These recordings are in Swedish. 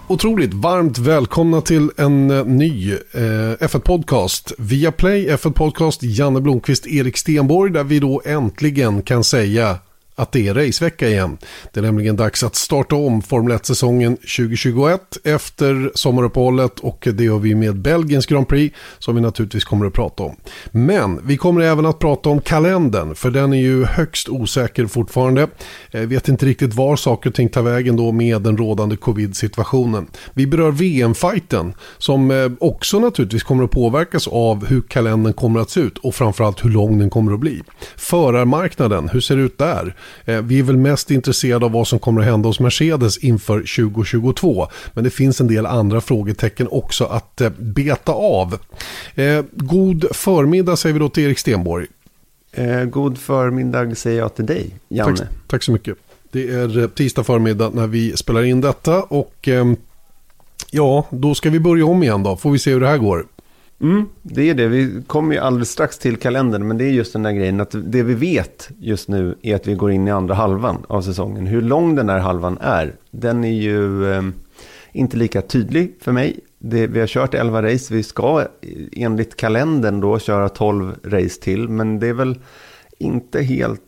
Otroligt varmt välkomna till en ny F1-podcast. Via Play F1-podcast, Janne Blomqvist, Erik Stenborg, där vi då äntligen kan säga att det är racevecka igen. Det är nämligen dags att starta om Formel 1-säsongen 2021 efter sommaruppehållet, och det gör vi med Belgiens Grand Prix som vi naturligtvis kommer att prata om. Men vi kommer även att prata om kalendern, för den är ju högst osäker fortfarande. Jag vet inte riktigt var saker och ting tar vägen då med den rådande covid-situationen. Vi berör VM-fighten som också naturligtvis kommer att påverkas av hur kalendern kommer att se ut och framförallt hur lång den kommer att bli. Förarmarknaden, hur ser det ut där? Vi är väl mest intresserade av vad som kommer att hända hos Mercedes inför 2022. Men det finns en del andra frågetecken också att beta av. God förmiddag säger vi då till Erik Stenborg. God förmiddag säger jag till dig, Janne. Tack så mycket. Det är tisdag förmiddag när vi spelar in detta. Och ja, då ska vi börja om igen då. Får vi se hur det här går. Det är det. Vi kommer ju alldeles strax till kalendern, men det är just den där grejen att det vi vet just nu är att vi går in i andra halvan av säsongen. Hur lång den här halvan är, den är ju inte lika tydlig för mig. Vi har kört 11 race, vi ska enligt kalendern då köra 12 race till, men det är väl inte helt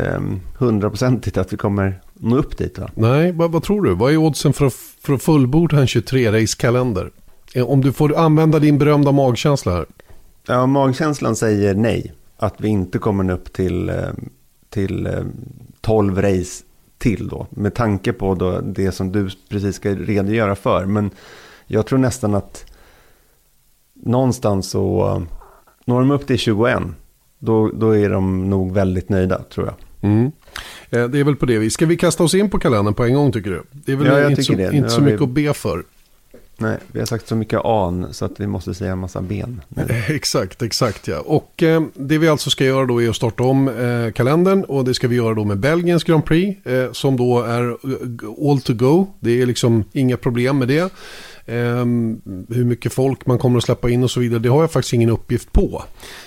100% att vi kommer nå upp dit, va? Nej, vad tror du? Vad är oddsen för att fullborda en 23-race-kalender? Om du får använda din berömda magkänsla här. Ja, magkänslan säger nej. Att vi inte kommer upp till 12 race till då. Med tanke på då det som du precis ska redogöra för. Men jag tror nästan att någonstans så når de upp till 21. Då är de nog väldigt nöjda, tror jag. Det är väl på det vi. Ska vi kasta oss in på kalendern på en gång, tycker du? Det är väl inte så mycket att be för. Nej, vi har sagt så mycket an så att vi måste säga en massa ben. Exakt ja. Och det vi alltså ska göra då är att starta om kalendern, och det ska vi göra då med Belgiens Grand Prix som då är all to go. Det är liksom inga problem med det. Hur mycket folk man kommer att släppa in och så vidare, det har jag faktiskt ingen uppgift på.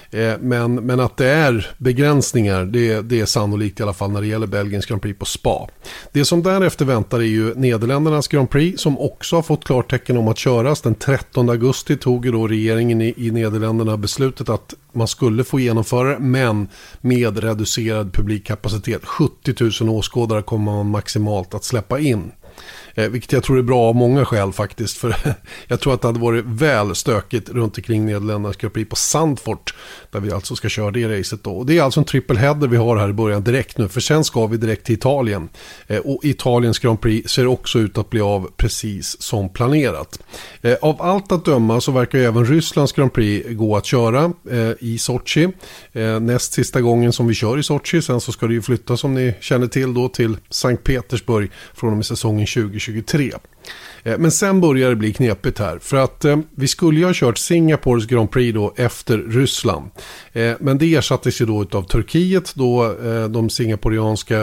Men att det är begränsningar, det är sannolikt i alla fall när det gäller Belgiens Grand Prix på Spa. Det som därefter väntar är ju Nederländernas Grand Prix, som också har fått klartecken om att köras. Den 13 augusti tog ju då regeringen i Nederländerna beslutet att man skulle få genomföra det, men med reducerad publikkapacitet. 70 000 åskådare kommer man maximalt att släppa in. Vilket jag tror är bra av många skäl faktiskt, för jag tror att det hade varit väl stökigt runt omkring Nederländernas Grand Prix på Zandvoort, där vi alltså ska köra det racet då. Och det är alltså en trippelheader vi har här i början direkt nu, för sen ska vi direkt till Italien. Och Italiens Grand Prix ser också ut att bli av precis som planerat. Av allt att döma så verkar ju även Rysslands Grand Prix gå att köra i Sochi. Näst sista gången som vi kör i Sochi, sen så ska det ju flytta, som ni känner till då, till Sankt Petersburg från och med säsongen 2023. Men sen börjar det bli knepigt här, för att vi skulle ju ha kört Singapores Grand Prix då efter Ryssland. Men det ersattes ju då av Turkiet, då de singaporianska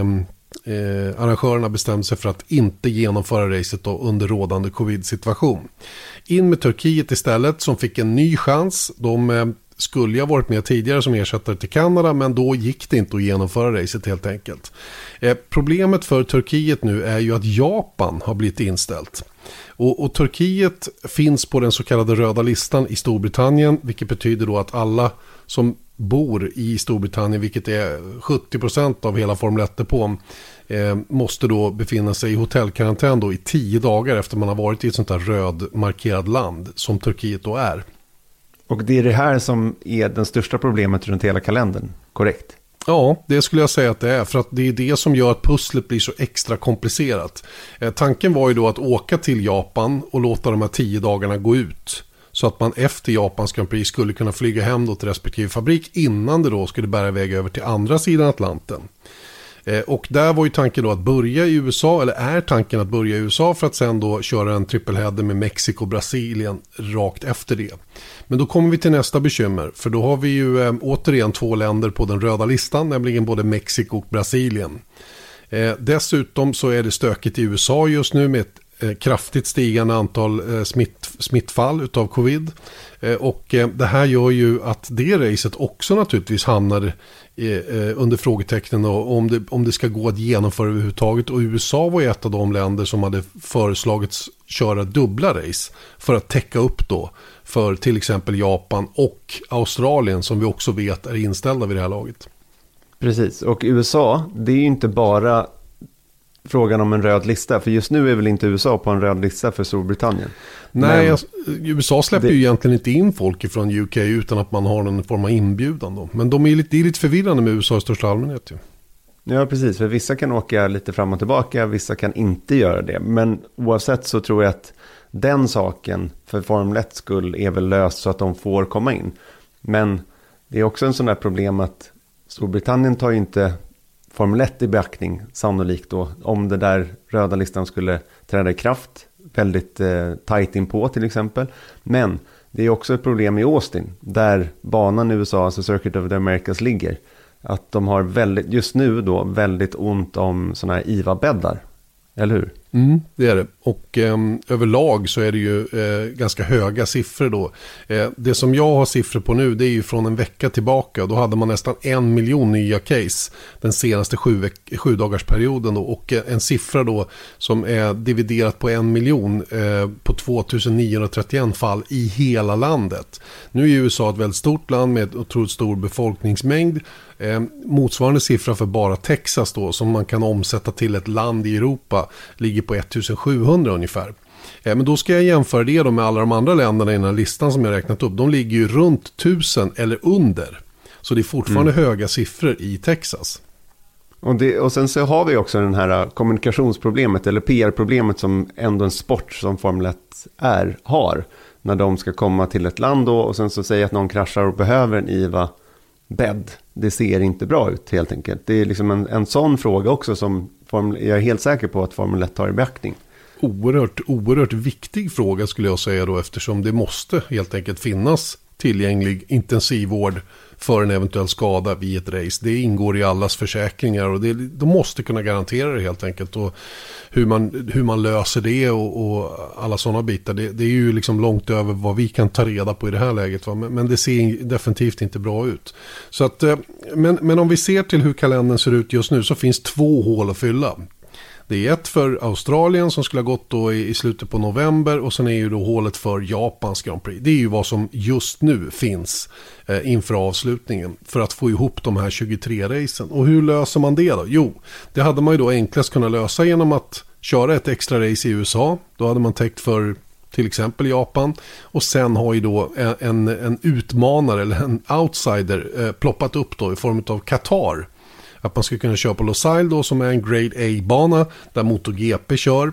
arrangörerna bestämde sig för att inte genomföra racet då under rådande covid-situation. In med Turkiet istället, som fick en ny chans. De skulle ha varit med tidigare som ersättare till Kanada, men då gick det inte att genomföra racet helt enkelt. Problemet för Turkiet nu är ju att Japan har blivit inställt. Och Turkiet finns på den så kallade röda listan i Storbritannien, vilket betyder då att alla som bor i Storbritannien, vilket är 70% av hela Formel 1-depån, måste då befinna sig i hotellkarantän då i 10 dagar efter man har varit i ett sånt här rödmarkerat land som Turkiet då är. Och det är det här som är den största problemet runt hela kalendern, korrekt? Ja, det skulle jag säga att det är, för att det är det som gör att pusslet blir så extra komplicerat. Tanken var ju då att åka till Japan och låta de här 10 dagarna gå ut, så att man efter Japans Grand Prix skulle kunna flyga hem då till respektive fabrik innan det då skulle bära iväg över till andra sidan Atlanten. Och där var ju tanken då att börja i USA, eller är tanken att börja i USA för att sen då köra en trippelheader med Mexiko och Brasilien rakt efter det. Men då kommer vi till nästa bekymmer, för då har vi ju återigen 2 länder på den röda listan, nämligen både Mexiko och Brasilien. Dessutom så är det stökigt i USA just nu med kraftigt stigande antal smittfall utav covid. Och det här gör ju att det racet också naturligtvis hamnar under frågetecknen om det ska gå att genomföra överhuvudtaget. Och USA var ju ett av de länder som hade föreslagits köra dubbla race för att täcka upp då för till exempel Japan och Australien som vi också vet är inställda vid det här laget. Precis, och USA, det är ju inte bara frågan om en röd lista, för just nu är väl inte USA på en röd lista för Storbritannien. Nej, USA släpper ju egentligen inte in folk från UK utan att man har någon form av inbjudan då. Men det är lite förvirrande med USA i största allmänhet ju. Ja, precis, för vissa kan åka lite fram och tillbaka, vissa kan inte göra det. Men oavsett så tror jag att den saken för Formel 1 skull är väl löst så att de får komma in. Men det är också en sån där problem att Storbritannien tar ju inte Formel 1 i beaktning sannolikt då, om det där röda listan skulle träda i kraft väldigt tajt inpå till exempel. Men det är också ett problem i Austin där banan i USA, alltså Circuit of the Americas, ligger. Att de har just nu då väldigt ont om såna här IVA-bäddar, eller hur? Det är det. Och överlag så är det ju ganska höga siffror då. Det som jag har siffror på nu, det är ju från en vecka tillbaka. Då hade man nästan 1 miljon nya case den senaste 7 dagarsperioden då. Och en siffra då som är dividerat på 1 miljon på 2931 fall i hela landet. Nu är USA ett väldigt stort land med otroligt stor befolkningsmängd. Motsvarande siffra för bara Texas då, som man kan omsätta till ett land i Europa, ligger på 1700 ungefär. Men då ska jag jämföra det då med alla de andra länderna i den här listan som jag räknat upp. De ligger ju runt 1000 eller under. Så det är fortfarande höga siffror i Texas. Och sen så har vi också den här kommunikationsproblemet eller PR-problemet som ändå en sport som Formel 1 har. När de ska komma till ett land då och sen så säger att någon kraschar och behöver en IVA-bädd. Det ser inte bra ut helt enkelt. Det är liksom en sån fråga också som jag är helt säker på att Formel 1 tar i beaktning. Oerhört viktig fråga skulle jag säga då, eftersom det måste helt enkelt finnas tillgänglig intensivvård för en eventuell skada vid ett race. Det ingår i allas försäkringar och de måste kunna garantera det helt enkelt. Och hur man löser det och alla sådana bitar, det är ju liksom långt över vad vi kan ta reda på i det här läget. Va? Men det ser definitivt inte bra ut. Så att, men om vi ser till hur kalendern ser ut just nu så finns 2 hål att fylla. Det är ett för Australien som skulle ha gått då i slutet på november och sen är ju då hålet för Japans Grand Prix. Det är ju vad som just nu finns inför avslutningen för att få ihop de här 23 racen. Och hur löser man det då? Jo, det hade man ju då enklast kunnat lösa genom att köra ett extra race i USA. Då hade man täckt för till exempel Japan. Och sen har ju då en utmanare eller en outsider ploppat upp då i form av Qatar. Att man ska kunna köra på Losail då som är en Grade A-bana där MotoGP kör.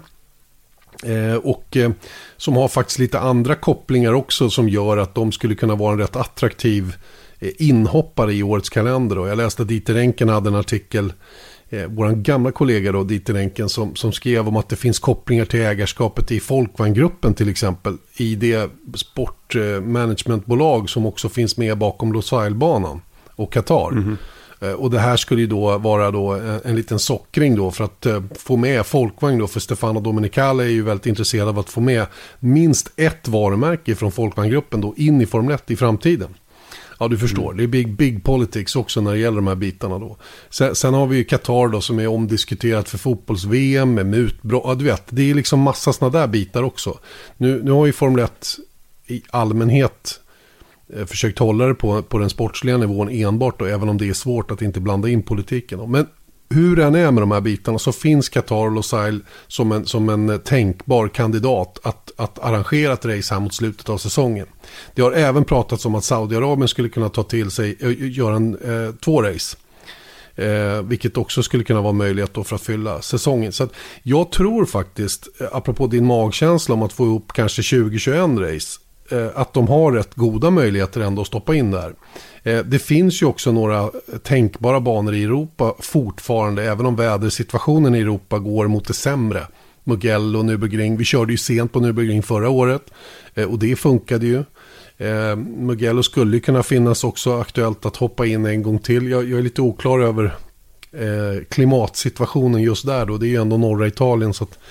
Och som har faktiskt lite andra kopplingar också som gör att de skulle kunna vara en rätt attraktiv inhoppare i årets kalender. Då. Jag läste att Dieter Renken hade en artikel, vår gamla kollega då, Dieter Renken, som skrev om att det finns kopplingar till ägarskapet i Volkswagen-gruppen till exempel i det sportmanagementbolag som också finns med bakom Losail-banan och Qatar. Och det här skulle ju då vara då en liten sockring då för att få med Volkswagen då, för Stefano Domenicali är ju väldigt intresserad av att få med minst ett varumärke från Volkswagen-gruppen då in i Formel 1 i framtiden. Ja, du förstår. Det är big politics också när det gäller de här bitarna då. Sen har vi ju Qatar då som är omdiskuterat för fotbolls-VM med mutbrott. Ja, du vet, det är liksom massa såna där bitar också. Nu har ju Formel 1 i allmänhet försökt hålla det på den sportsliga nivån enbart då, även om det är svårt att inte blanda in politiken då. Men hur den är med de här bitarna så finns Qatar och Losail som en tänkbar kandidat att arrangera ett race här mot slutet av säsongen. Det har även pratats om att Saudiarabien skulle kunna ta till sig göra 2 race. Vilket också skulle kunna vara möjligt då för att fylla säsongen. Så att jag tror faktiskt, apropå din magkänsla om att få ihop kanske 20-21 race, att de har rätt goda möjligheter ändå att stoppa in där. Det finns ju också några tänkbara banor i Europa fortfarande, även om vädersituationen i Europa går mot det sämre. Mugello och Nürburgring, vi körde ju sent på Nürburgring förra året och det funkade ju. Mugello skulle kunna finnas också aktuellt att hoppa in en gång till. Jag är lite oklar över klimatsituationen just där då. Det är ju ändå norra Italien så att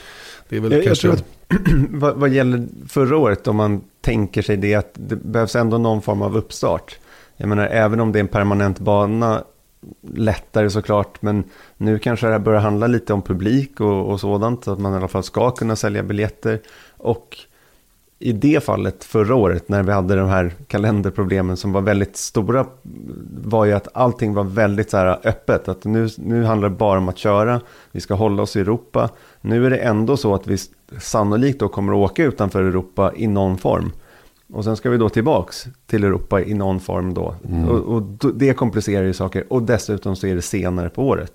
Det är väl kanske... Jag tror att vad gäller förra året, om man tänker sig det, att det behövs ändå någon form av uppstart. Jag menar, även om det är en permanent bana, lättare såklart, men nu kanske det börjar handla lite om publik och sådant, så att man i alla fall ska kunna sälja biljetter. Och i det fallet förra året, när vi hade de här kalenderproblemen som var väldigt stora, var ju att allting var väldigt så här öppet. Att nu handlar det bara om att köra, vi ska hålla oss i Europa. Nu är det ändå så att vi sannolikt då kommer att åka utanför Europa i någon form. Och sen ska vi då tillbaks till Europa i någon form då. Och det komplicerar ju saker. Och dessutom så är det senare på året.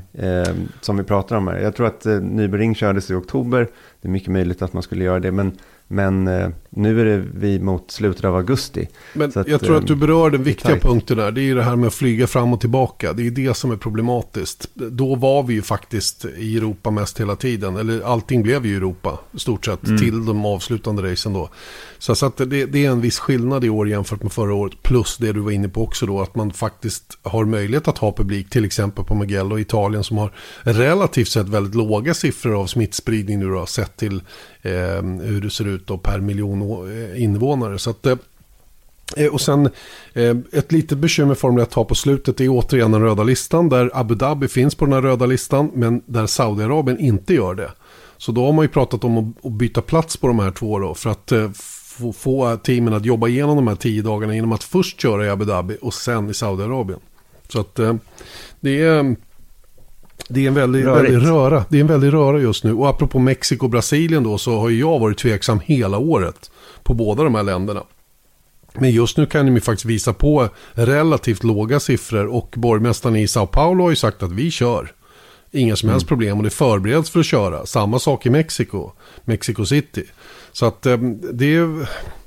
Som vi pratar om här. Jag tror att Nürburgring kördes i oktober. Det är mycket möjligt att man skulle göra det. Men nu är det vi mot slutet av augusti. Men så att, jag tror att du berör den viktiga punkten där. Det är ju det här med att flyga fram och tillbaka. Det är det som är problematiskt. Då var vi ju faktiskt i Europa mest hela tiden. Eller allting blev ju Europa i stort sett till de avslutande racen då. Så att det är en viss skillnad i år jämfört med förra året. Plus det du var inne på också då, att man faktiskt har möjlighet att ha publik. Till exempel på Mugello i Italien, som har relativt sett väldigt låga siffror av smittspridning nu då, sett till hur det ser ut då per miljon invånare. Så att, och sen ett litet bekymmer Formel 1 har på slutet är återigen den röda listan, där Abu Dhabi finns på den här röda listan, men där Saudiarabien inte gör det. Så då har man ju pratat om att byta plats på de här två då, för att få teamen att jobba igenom de här 10 dagarna genom att först köra i Abu Dhabi och sen i Saudiarabien. Så att det är en väldigt röra. Det är en väldig röra just nu. Och apropå Mexiko och Brasilien då, så har ju jag varit tveksam hela året på båda de här länderna. Men just nu kan de ju faktiskt visa på relativt låga siffror, och borgmästaren i Sao Paulo har ju sagt att vi kör. Inga som helst problem, och det förbereds för att köra. Samma sak i Mexico City. Så att det är...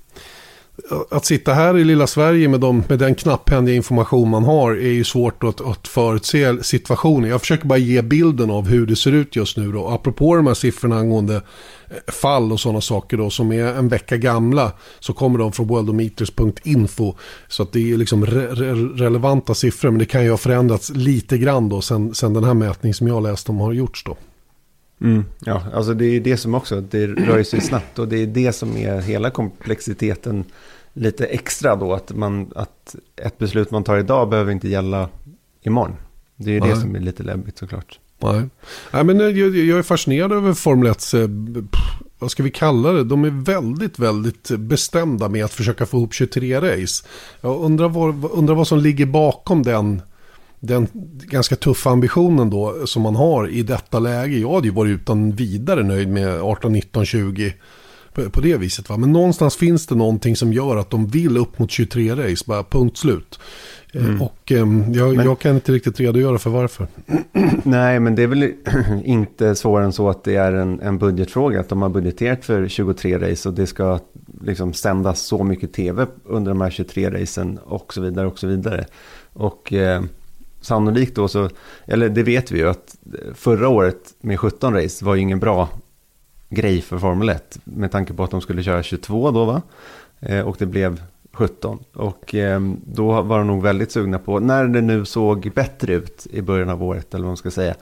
Att sitta här i lilla Sverige med den knapphändiga information man har är ju svårt att förutse situationen. Jag försöker bara ge bilden av hur det ser ut just nu då. Apropå de här siffrorna angående fall och sådana saker då, som är en vecka gamla, så kommer de från worldometers.info, så att det är liksom relevanta siffror, men det kan ju ha förändrats lite grann då sen den här mätningen som jag läste om har gjorts då. Ja, alltså det är det som också, det rör sig snabbt, och det är det som är hela komplexiteten lite extra då, att ett beslut man tar idag behöver inte gälla imorgon. Det är ju det som är lite läbbigt såklart. Nej, men jag är fascinerad över Formel 1, vad ska vi kalla det? De är väldigt, väldigt bestämda med att försöka få ihop 23 race. Jag undrar vad som ligger bakom den ganska tuffa ambitionen då som man har i detta läge. Jag hade ju varit utan vidare nöjd med 18, 19, 20 på det viset, va? Men någonstans finns det någonting som gör att de vill upp mot 23 race, bara punkt slut. Och jag kan inte riktigt redogöra för varför. Nej, men det är väl inte svårare än så att det är en budgetfråga, att de har budgeterat för 23 race och det ska liksom sändas så mycket tv under de här 23 racen och så vidare och så vidare. Och sannolikt då så, eller det vet vi ju, att förra året med 17 race var ju ingen bra grej för Formel 1 med tanke på att de skulle köra 22 då, va? Och det blev 17. Och då var de nog väldigt sugna på, när det nu såg bättre ut i början av året, eller vad man ska säga,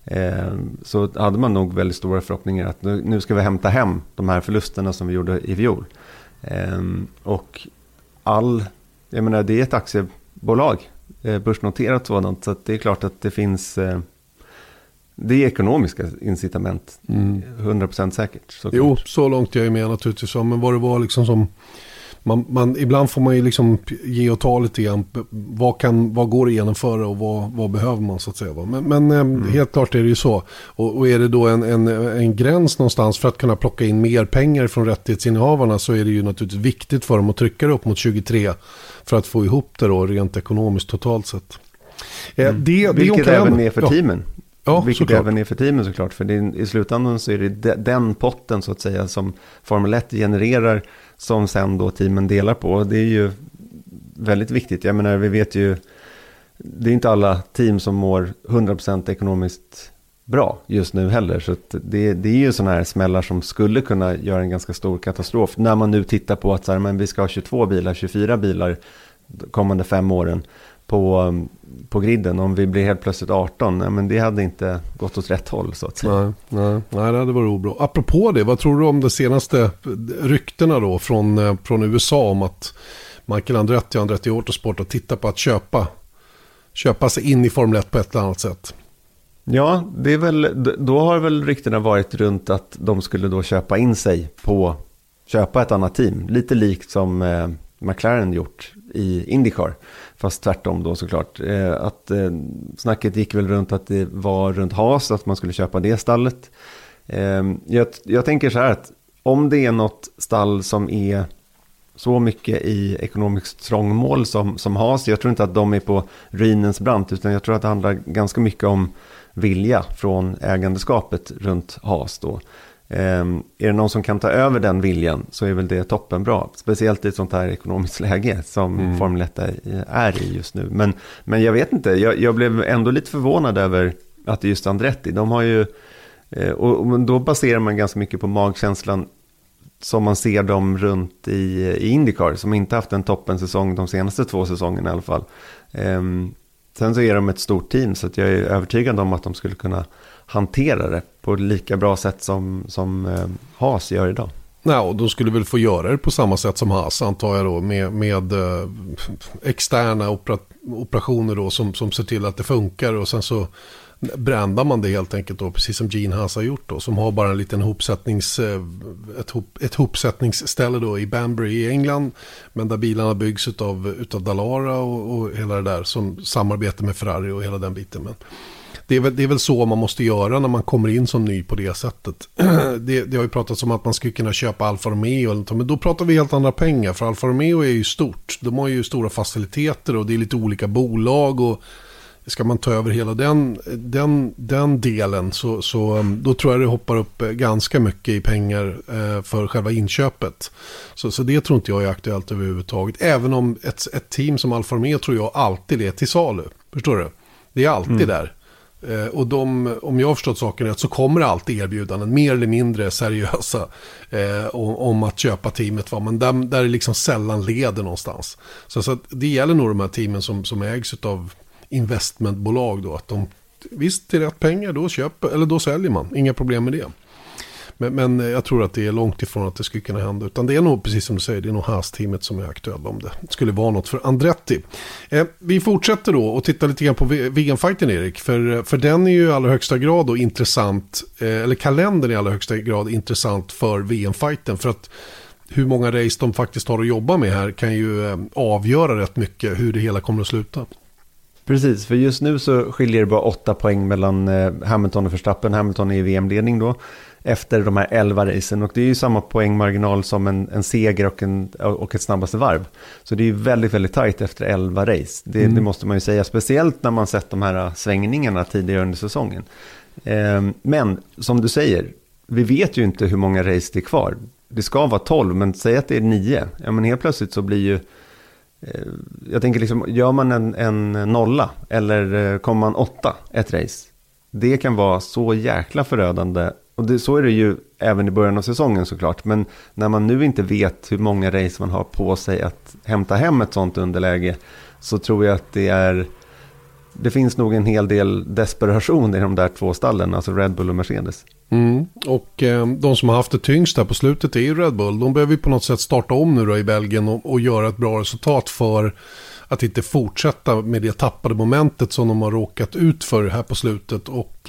så hade man nog väldigt stora förhoppningar att nu ska vi hämta hem de här förlusterna som vi gjorde i fjol. Och jag menar, det är ett aktiebolag, börsnoterat sådant, så att det är klart att det finns det är ekonomiska incitament 100% säkert. Såklart. Jo, så långt jag är med naturligtvis. Men vad det var liksom som man ibland får man ju liksom ge och ta lite grann. Vad går det att genomföra och vad behöver man så att säga. Men helt klart är det ju så. Och är det då en gräns någonstans för att kunna plocka in mer pengar från rättighetsinnehavarna, så är det ju naturligtvis viktigt för dem att trycka det upp mot 23 för att få ihop det då rent ekonomiskt totalt sett. Vilket även är för teamen. Ja, vilket även är för teamen såklart. För i slutändan så är det den potten så att säga som Formel 1 genererar, som sen då teamen delar på. Det är ju väldigt viktigt. Jag menar, vi vet ju, det är inte alla team som mår 100% ekonomiskt bra just nu heller. Så att det är ju sådana här smällar som skulle kunna göra en ganska stor katastrof. När man nu tittar på att så här, men vi ska ha 22 bilar, 24 bilar kommande 5 åren på på griden. Om vi blir helt plötsligt 18, men det hade inte gått åt rätt håll så att säga. Nej, det hade varit obra. Apropå det, vad tror du om de senaste ryktena då från USA om att Michael Andretti och Andretti Autosport har tittat på att köpa sig in i Formel 1 på ett eller annat sätt? Ja, det är väl, då har väl ryktena varit runt att de skulle då köpa in sig på köpa ett annat team. Lite likt som McLaren gjort i IndyCar. Fast tvärtom då såklart. Snacket gick väl runt att det var runt Haas att man skulle köpa det stallet. Jag tänker så här att om det är något stall som är så mycket i ekonomiskt trångmål som Haas. Jag tror inte att de är på ruinens brant, utan jag tror att det handlar ganska mycket om vilja från ägandeskapet runt Haas då. Är det någon som kan ta över den viljan så är väl det toppenbra. Speciellt i ett sånt här ekonomiskt läge som Formel 1 är i just nu. Men jag vet inte, jag blev ändå lite förvånad över att det är just Andretti. De har ju, och då baserar man ganska mycket på magkänslan som man ser dem runt i IndyCar, som inte haft en toppensäsong de senaste 2 säsongerna i alla fall. Sen så är de ett stort team, så att jag är övertygad om att de skulle kunna hantera det på lika bra sätt som Haas gör idag. Ja, och de skulle väl få göra det på samma sätt som Haas, antar jag då, med externa operationer då som ser till att det funkar, och sen så brändar man det helt enkelt då, precis som Gene Haas har gjort då, som har bara en liten ett hopsättningsställe då i Banbury i England, men där bilarna byggs utav Dallara och hela det där, som samarbetar med Ferrari och hela den biten. Men det är väl så man måste göra när man kommer in som ny på det sättet. Det har ju pratats om att man skulle kunna köpa Alfa Romeo, men då pratar vi helt andra pengar, för Alfa Romeo är ju stort. De har ju stora faciliteter och det är lite olika bolag, och ska man ta över hela den delen så då tror jag det hoppar upp ganska mycket i pengar för själva inköpet. Så det tror inte jag är aktuellt överhuvudtaget. Även om ett team som Alfa Romeo tror jag alltid är till salu. Förstår du? Det är alltid där. Och om jag har förstått saken rätt så kommer det alltid erbjudanden, mer eller mindre seriösa, om att köpa teamet. Men där är liksom sällan leder någonstans. Så att det gäller nog de här teamen som ägs av investmentbolag då, att de visst till rätt pengar då köper, eller då säljer man, inga problem med det. Men jag tror att det är långt ifrån att det skulle kunna hända, utan det är nog precis som du säger, det är nog Haas-teamet som är aktuellt om det skulle vara något för Andretti. Vi fortsätter då och tittar lite grann på VM-fighten, Erik, för den är ju i allra högsta grad då intressant, eller kalendern är i allra högsta grad intressant för VM-fighten, för att hur många race de faktiskt har att jobba med här kan ju avgöra rätt mycket hur det hela kommer att sluta. Precis, för just nu så skiljer det bara 8 poäng mellan Hamilton och Verstappen. Hamilton är i VM-ledning då efter de här 11 racen, och det är ju samma poängmarginal som en seger och ett snabbaste varv. Så det är ju väldigt, väldigt tajt efter 11 race. Det måste man ju säga, speciellt när man sett de här svängningarna tidigare under säsongen. Men som du säger, vi vet ju inte hur många race det är kvar. Det ska vara 12, men säg att det är 9. Ja, men helt plötsligt så blir ju, jag tänker liksom, gör man en nolla eller kommer man 8 ett race, det kan vara så jäkla förödande. Och så är det ju även i början av säsongen såklart. Men när man nu inte vet hur många race man har på sig att hämta hem ett sånt underläge, så tror jag att det finns nog en hel del desperation i de där 2 stallen, alltså Red Bull och Mercedes. Och de som har haft det tyngst här på slutet är ju Red Bull. De behöver ju på något sätt starta om nu då i Belgien och göra ett bra resultat för att inte fortsätta med det tappade momentet som de har råkat ut för här på slutet. Och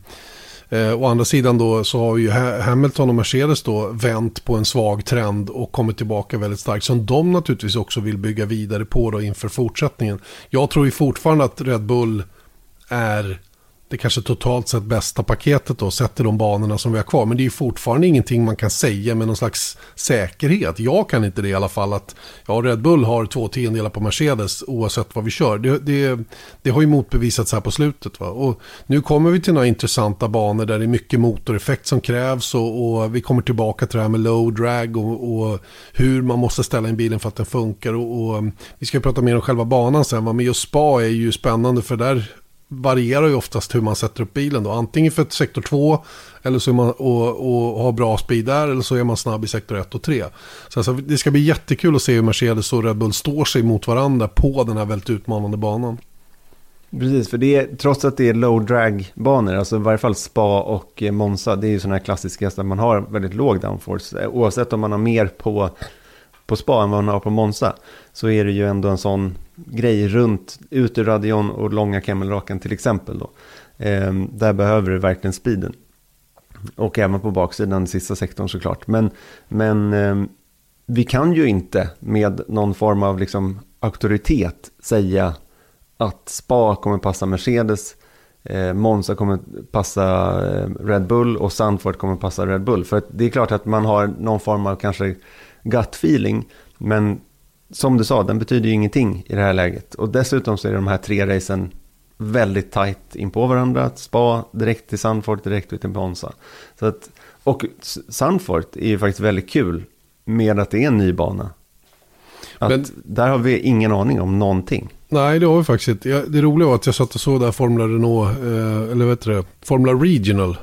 å andra sidan då så har ju Hamilton och Mercedes då vänt på en svag trend och kommit tillbaka väldigt starkt, som de naturligtvis också vill bygga vidare på då inför fortsättningen. Jag tror ju fortfarande att Red Bull är det kanske totalt sett bästa paketet då, sett till de banorna som vi har kvar. Men det är ju fortfarande ingenting man kan säga med någon slags säkerhet. Jag kan inte det i alla fall, att Red Bull har 2/10 på Mercedes oavsett vad vi kör. Det har ju motbevisats här på slutet. Va? Och nu kommer vi till några intressanta banor där det är mycket motoreffekt som krävs, och vi kommer tillbaka till det här med low drag och hur man måste ställa in bilen för att den funkar. Och vi ska prata mer om själva banan sen. Men just Spa är ju spännande, för där varierar ju oftast hur man sätter upp bilen då. Antingen för sektor 2 eller så är man och har bra speed där, eller så är man snabb i sektor 1 och 3. Så alltså, det ska bli jättekul att se hur Mercedes och Red Bull står sig mot varandra på den här väldigt utmanande banan. Precis, för det är, trots att det är low drag-banor, alltså i varje fall Spa och Monza, det är ju sådana här klassiska där man har väldigt låg downforce. Oavsett om man har mer på Spa än vad man har på Monza, så är det ju ändå en sån grej runt ut ur radion och långa kemmelrakan till exempel då. Där behöver du verkligen speeden. Och även på baksidan, den sista sektorn såklart. Men vi kan ju inte med någon form av liksom auktoritet säga att Spa kommer passa Mercedes, Monza kommer passa Red Bull och Zandvoort kommer passa Red Bull. För att det är klart att man har någon form av kanske gut feeling, men som du sa, den betyder ju ingenting i det här läget. Och dessutom så är de här 3 racen väldigt tajt in på varandra. Spa direkt till Zandvoort, direkt ut till Monza. Så att, och Zandvoort är ju faktiskt väldigt kul med att det är en ny bana. Men där har vi ingen aning om någonting. Nej, det har vi faktiskt inte. Det roliga var att jag satt och såg där Formula Renault, eller vet du det, Formula Regional,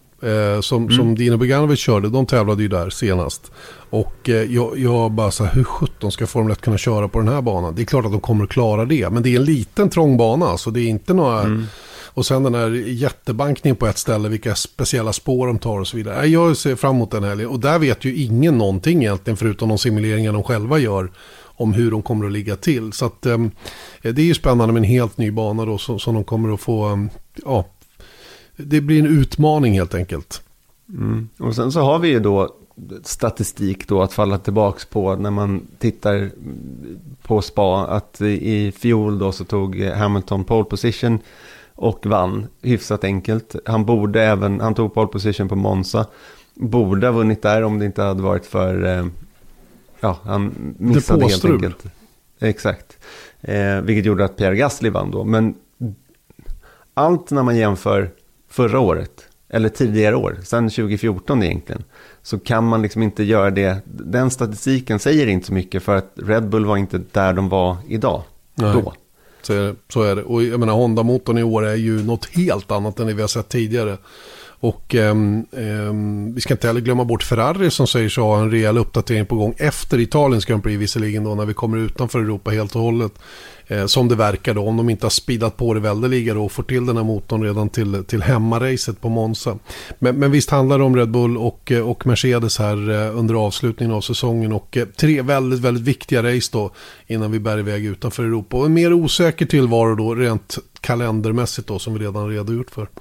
som Dino Beganovic körde. De tävlade ju där senast. Och jag bara så här, hur 17 ska Formel 1 kunna köra på den här banan? Det är klart att de kommer att klara det, men det är en liten trång bana, så det är inte några... Och sen den här jättebankningen på ett ställe, vilka speciella spår de tar och så vidare. Jag ser fram emot den här. Och där vet ju ingen någonting egentligen, förutom de simuleringar de själva gör om hur de kommer att ligga till. Så att det är ju spännande med en helt ny bana då, som de kommer att få... Ja, det blir en utmaning helt enkelt. Och sen så har vi ju då statistik då att falla tillbaks på när man tittar på Spa, att i fjol då så tog Hamilton pole position och vann hyfsat enkelt. Han tog pole position på Monza, borde ha vunnit där om det inte hade varit för han missade helt enkelt. Exakt. Vilket gjorde att Pierre Gasly vann då. Men allt när man jämför förra året eller tidigare år, sedan 2014 egentligen, så kan man liksom inte göra det. Den statistiken säger inte så mycket, för att Red Bull var inte där de var idag. Nej. Då. Så är det. Och jag menar, Honda-motorn i år är ju något helt annat än det vi har sett tidigare. Och vi ska inte heller glömma bort Ferrari som säger så har en rejäl uppdatering på gång efter Italiens Grand Prix visserligen då, när vi kommer utanför Europa helt och hållet. Som det verkar då, om de inte har speedat på det väldeliga då och får till den här motorn redan till hemmaracet på Monza. Men visst handlar det om Red Bull och Mercedes här under avslutningen av säsongen, och 3 väldigt, väldigt viktiga race då innan vi bär iväg utanför Europa. Och en mer osäker tillvaro då rent kalendermässigt då, som vi redan redogjort för.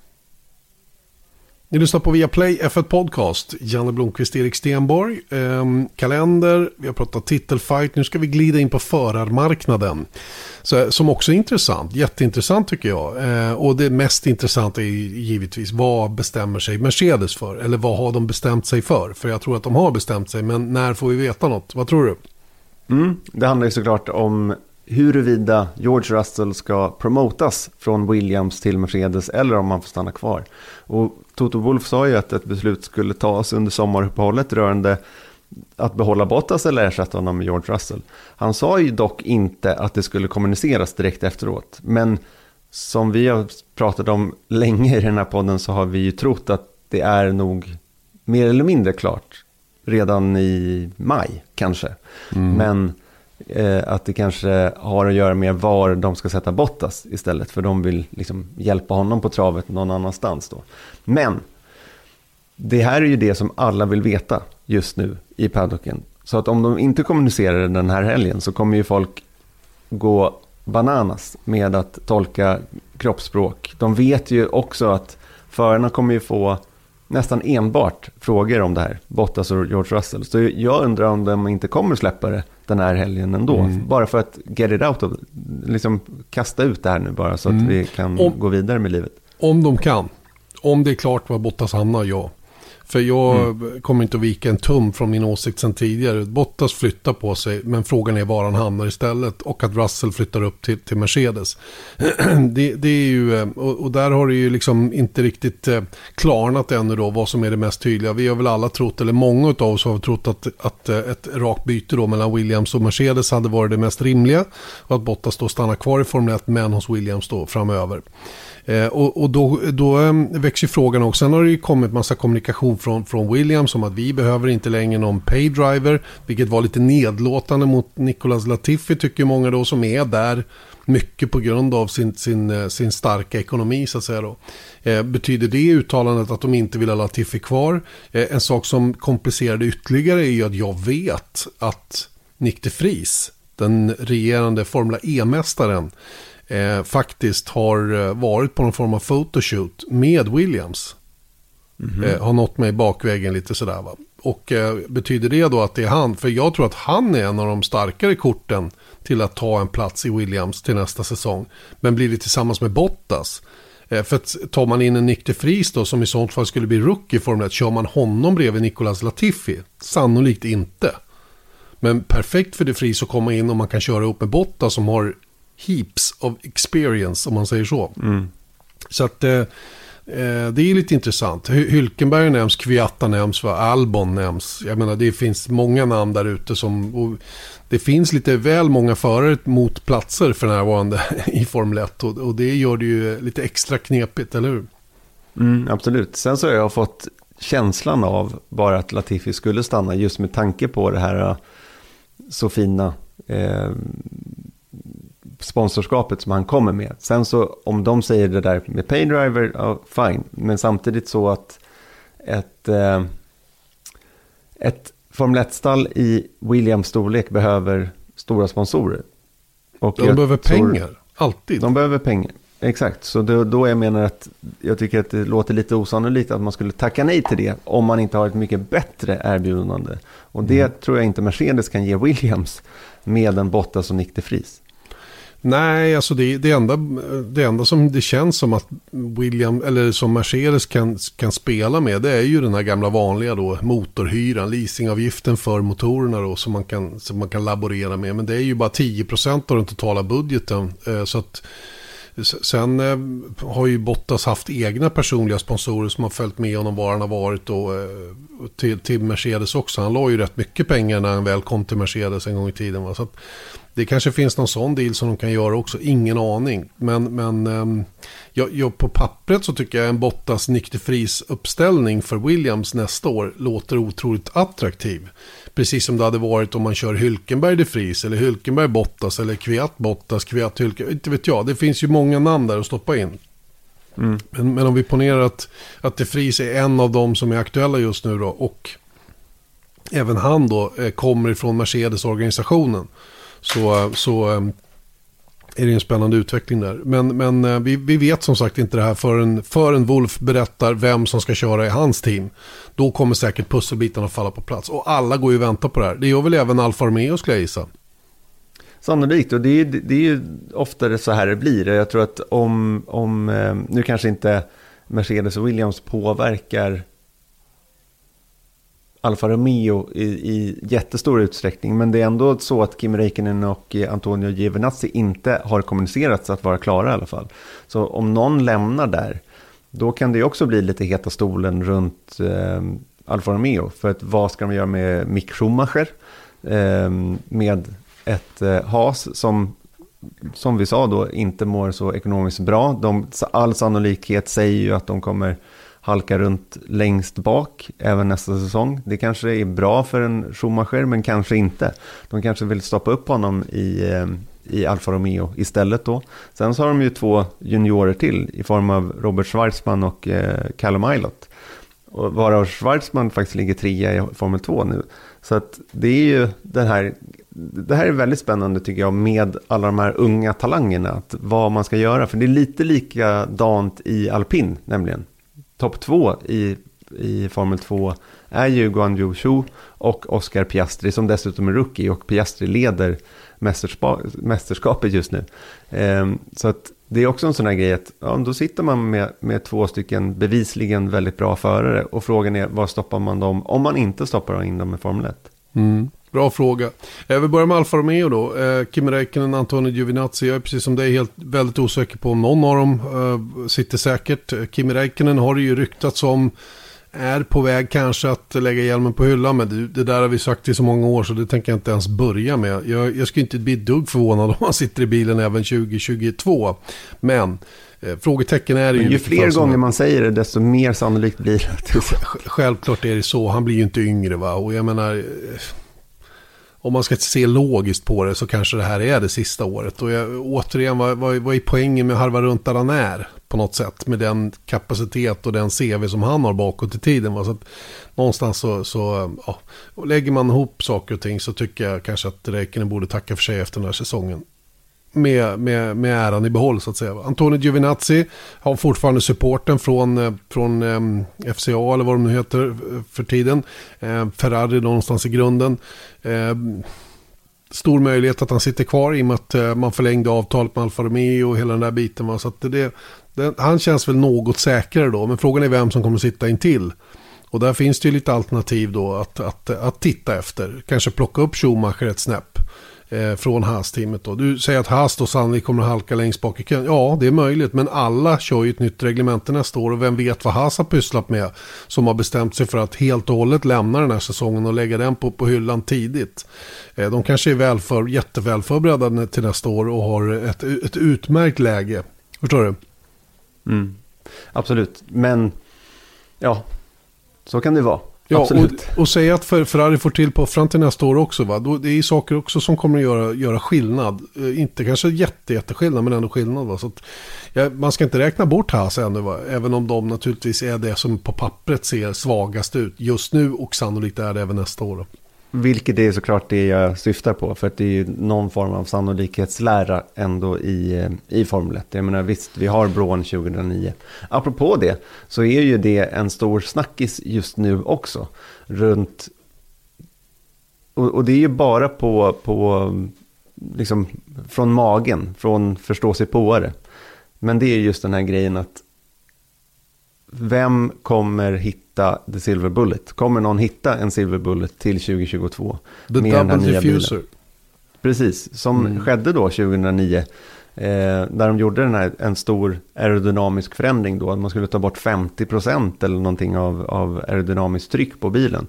Ni lyssnar på Viaplay F1 Podcast. Janne Blomqvist, Erik Stenborg. Kalender, vi har pratat titelfight. Nu ska vi glida in på förarmarknaden. Som också är intressant. Jätteintressant tycker jag. Och det mest intressanta är givetvis, vad bestämmer sig Mercedes för? Eller vad har de bestämt sig för? För jag tror att de har bestämt sig, men när får vi veta något? Vad tror du? Det handlar ju såklart om huruvida George Russell ska promotas från Williams till Mercedes eller om han får stanna kvar. Och Toto Wolff sa ju att ett beslut skulle tas under sommaruppehållet rörande att behålla Bottas eller ersätta honom med George Russell. Han sa ju dock inte att det skulle kommuniceras direkt efteråt. Men som vi har pratat om länge i den här podden, så har vi ju trott att det är nog mer eller mindre klart redan i maj kanske. Men att det kanske har att göra med var de ska sätta Bottas istället, för de vill liksom hjälpa honom på travet någon annanstans då. Men det här är ju det som alla vill veta just nu i paddocken. Så att om de inte kommunicerar den här helgen, så kommer ju folk gå bananas med att tolka kroppsspråk. De vet ju också att förarna kommer ju få nästan enbart frågor om det här, Bottas och George Russell. Så jag undrar om de inte kommer släppa det den här helgen ändå. Bara för att get it out of, liksom kasta ut det här nu bara, så att vi kan gå vidare med livet. Om de kan. Om det är klart var Bottas hamnar, ja. För jag kommer inte att vika en tum från min åsikt sedan tidigare. Bottas flyttar på sig, men frågan är var han hamnar istället. Och att Russell flyttar upp till Mercedes. Det är ju, och där har det ju liksom inte riktigt klarnat ännu då vad som är det mest tydliga. Vi har väl alla trott, eller många av oss har trott att ett rakt byte då mellan Williams och Mercedes hade varit det mest rimliga. Och att Bottas då stannar kvar i Formel 1, men hos Williams då framöver. Och då växer frågan också. Sen har det ju kommit massa kommunikation från Williams om att vi behöver inte längre någon paydriver, vilket var lite nedlåtande mot Nicolas Latifi, tycker många då, som är där mycket på grund av sin starka ekonomi, så att säga då. Betyder det uttalandet att de inte vill ha Latifi kvar? En sak som komplicerar det ytterligare är ju att jag vet att Nyck de Vries, den regerande Formula E-mästaren, faktiskt har varit på någon form av photoshoot med Williams. Har nått mig bakvägen lite sådär, va. Och betyder det då att det är han? För jag tror att han är en av de starkare korten till att ta en plats i Williams till nästa säsong. Men blir det tillsammans med Bottas? För att tar man in en Nyck de Vries då, som i sånt fall skulle bli rookie i Formel 1, kör man honom bredvid Nicolas Latifi? Sannolikt inte. Men perfekt för de Vries att komma in, och man kan köra upp med Bottas som har heaps of experience, om man säger så. Så att det är lite intressant. Hülkenberg nämns, Kvyat nämns, Albon nämns. Jag menar, det finns många namn där ute och det finns lite väl många förare mot platser för närvarande i Formel 1, och det gör det ju lite extra knepigt, eller hur? Absolut. Sen så har jag fått känslan av bara att Latifi skulle stanna, just med tanke på det här så fina sponsorskapet som han kommer med. Sen så om de säger det där med paydriver, fine. Men samtidigt så att ett Formel 1-stall i Williams storlek behöver stora sponsorer. Och de behöver pengar, alltid. De behöver pengar, exakt. Så då jag menar att jag tycker att det låter lite osannolikt att man skulle tacka nej till det om man inte har ett mycket bättre erbjudande. Och det tror jag inte Mercedes kan ge Williams med en Bottas och Nyck de Vries. Nej, alltså det enda som det känns som att Williams, eller som Mercedes kan spela med, det är ju den här gamla vanliga då, motorhyran, leasingavgiften för motorerna då, som man kan laborera med. Men det är ju bara 10% av den totala budgeten. Så att sen har ju Bottas haft egna personliga sponsorer som har följt med honom var han har varit, och till Mercedes också. Han la ju rätt mycket pengar när han väl kom till Mercedes en gång i tiden, va? Så att det kanske finns någon sån deal som de kan göra också, ingen aning. Men jag på pappret så tycker jag en Bottas Nyck de Vries uppställning för Williams nästa år låter otroligt attraktiv. Precis som det hade varit om man kör Hülkenberg de Vries, eller Hülkenberg Bottas, eller Kvyat Bottas, Kvyat Hülkenberg, inte vet jag. Det finns ju många namn där att stoppa in. Men om vi ponerar att de Vries är en av dem som är aktuella just nu då, och även han då kommer ifrån Mercedes-organisationen, så är det en spännande utveckling där. Men vi vet som sagt inte det här förrän Wolf berättar vem som ska köra i hans team. Då kommer säkert pusselbitarna falla på plats. Och alla går ju och väntar på det här. Det gör väl även Alfa Romeo, skulle jag gissa. Sannolikt, och det är ju oftare så här det blir. Jag tror att om nu kanske inte Mercedes och Williams påverkar Alfa Romeo i jättestor utsträckning, men det är ändå så att Kimi Räikkönen och Antonio Giovinazzi inte har kommunicerats att vara klara i alla fall. Så om någon lämnar där, då kan det också bli lite heta stolen runt Alfa Romeo. För att vad ska de göra med Mick Schumacher? Med ett Haas som vi sa då inte mår så ekonomiskt bra. All sannolikhet säger ju att de kommer halka runt längst bak även nästa säsong. Det kanske är bra för en Schumacher, men kanske inte. De kanske vill stoppa upp honom i Alfa Romeo istället då. Sen så har de ju 2 juniorer till i form av Robert Schwarzman och Callum Ilott. Och varav Schwarzman faktiskt ligger 3 i Formel 2 nu. Så att det är ju det här är väldigt spännande tycker jag, med alla de här unga talangerna, att vad man ska göra. För det är lite likadant i alpin nämligen. Topp 2 i Formel 2 är ju Guan Yu Zhou och Oscar Piastri, som dessutom är rookie, och Piastri leder mästerskapet just nu. Så att det är också en sån här grej att då sitter man med 2 stycken bevisligen väldigt bra förare, och frågan är, var stoppar man dem om man inte stoppar in dem i Formel 1? Bra fråga. Jag vill börja med Alfa Romeo då. Kimi Räikkönen, Antonio Giovinazzi. Jag är precis som dig väldigt osäker på om någon av dem sitter säkert. Kimi Räikkönen har det ju ryktats om är på väg kanske att lägga hjälmen på hyllan, men det där har vi sagt i så många år så det tänker jag inte ens börja med. Jag skulle inte bli dugg förvånad om man sitter i bilen även 2022, men frågetecken är det ju fler gånger man säger det, desto mer sannolikt blir det. Självklart är det så, han blir ju inte yngre, va, och jag menar, om man ska se logiskt på det så kanske det här är det sista året. Och återigen, vad är poängen med harva runt där han är på något sätt med den kapacitet och den CV som han har bakåt i tiden. Va? Så att någonstans så lägger man ihop saker och ting så tycker jag kanske att Räikkönen borde tacka för sig efter den här säsongen. Med äran i behåll så att säga. Antonio Giovinazzi har fortfarande supporten från FCA eller vad de nu heter för tiden. Ferrari någonstans i grunden. Stor möjlighet att han sitter kvar i och med att man förlängde avtalet med Alfa Romeo och hela den där biten. Va? Så att han känns väl något säkrare då, men frågan är vem som kommer sitta in till. Och där finns det ju lite alternativ då att titta efter. Kanske plocka upp Schumacher ett snäpp från Haas-teamet då. Du säger att Haas då sannolikt kommer att halka längst bak i kön. Ja, det är möjligt, men alla kör ju ett nytt reglemente nästa år och vem vet vad Haas har pysslat med som har bestämt sig för att helt och hållet lämna den här säsongen och lägga den på hyllan tidigt. De kanske är jätteväl förberedda till nästa år och har ett utmärkt läge. Förstår du? Absolut, men ja, så kan det vara. Ja, och säga att Ferrari får till på fram till nästa år också, va? Det är saker också som kommer att göra skillnad. Inte kanske jätteskillnad, men ändå skillnad, va? Så att, man ska inte räkna bort Haas ännu, va? Även om de naturligtvis är det som på pappret ser svagast ut just nu och sannolikt är det även nästa år. Vilket är såklart det jag syftar på, för att det är ju någon form av sannolikhetslära ändå i Formel 1. Jag menar visst, vi har Brawn 2009. Apropå det så är ju det en stor snackis just nu också runt, och det är ju bara på liksom från magen, från förståsigpåare. Men det är just den här grejen att vem kommer hitta the silver bullet? Kommer någon hitta en silver bullet till 2022? The double diffuser. Precis, som skedde då 2009. Där de gjorde en stor aerodynamisk förändring då. Man skulle ta bort 50% eller någonting av aerodynamiskt tryck på bilen.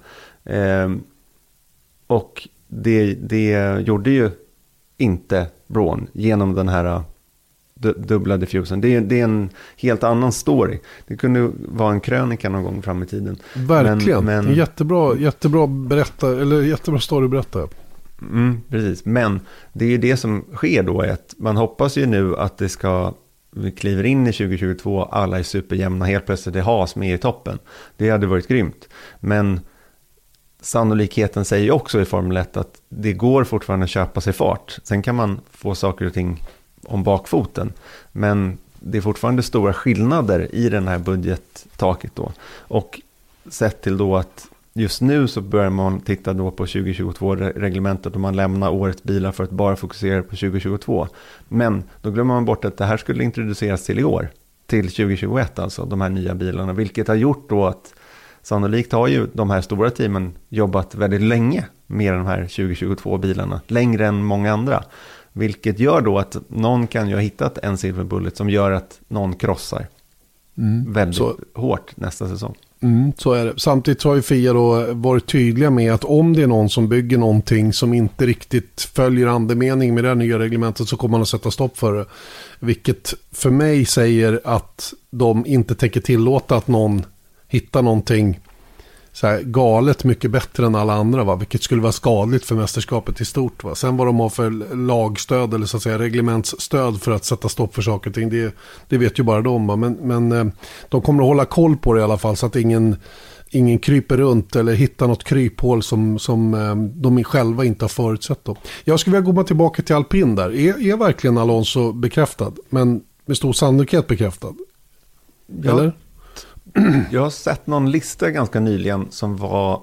Och det gjorde ju inte Brawn genom den här dubbla diffusen. Det är en helt annan story. Det kunde vara en krönika någon gång fram i tiden. Verkligen. Men jättebra jättebra story att berätta. Precis. Men det är ju det som sker då, att man hoppas ju nu att vi kliver in i 2022, alla är superjämna, helt plötsligt det Haas med i toppen. Det hade varit grymt. Men sannolikheten säger ju också i Formel 1 att det går fortfarande att köpa sig fart. Sen kan man få saker och ting om bakfoten, men det är fortfarande stora skillnader i den här budgettaket då. Och sett till då att just nu så börjar man titta då på 2022-reglementet och man lämnar årets bilar för att bara fokusera på 2022. Men då glömmer man bort att det här skulle introduceras till i år, till 2021 alltså, de här nya bilarna, vilket har gjort då att sannolikt har ju de här stora teamen jobbat väldigt länge med de här 2022-bilarna, längre än många andra. Vilket gör då att någon kan ju ha hittat en silver bullet som gör att någon krossar väldigt hårt nästa säsong. Så är det. Samtidigt har ju FIA då varit tydliga med att om det är någon som bygger någonting som inte riktigt följer andemening med det här nya reglementet så kommer man att sätta stopp för det. Vilket för mig säger att de inte tänker tillåta att någon hittar någonting så här galet mycket bättre än alla andra, va? Vilket skulle vara skadligt för mästerskapet i stort, va? Sen vad de har för lagstöd eller så att säga reglementsstöd för att sätta stopp för saker och ting, det vet ju bara de, va? Men de kommer att hålla koll på det i alla fall så att ingen kryper runt eller hittar något kryphål som de själva inte har förutsett då. Jag skulle vilja gå tillbaka till alpin där. Är verkligen Alonso bekräftad? Men med stor sannolikhet bekräftad? Eller? Jag har sett någon lista ganska nyligen som var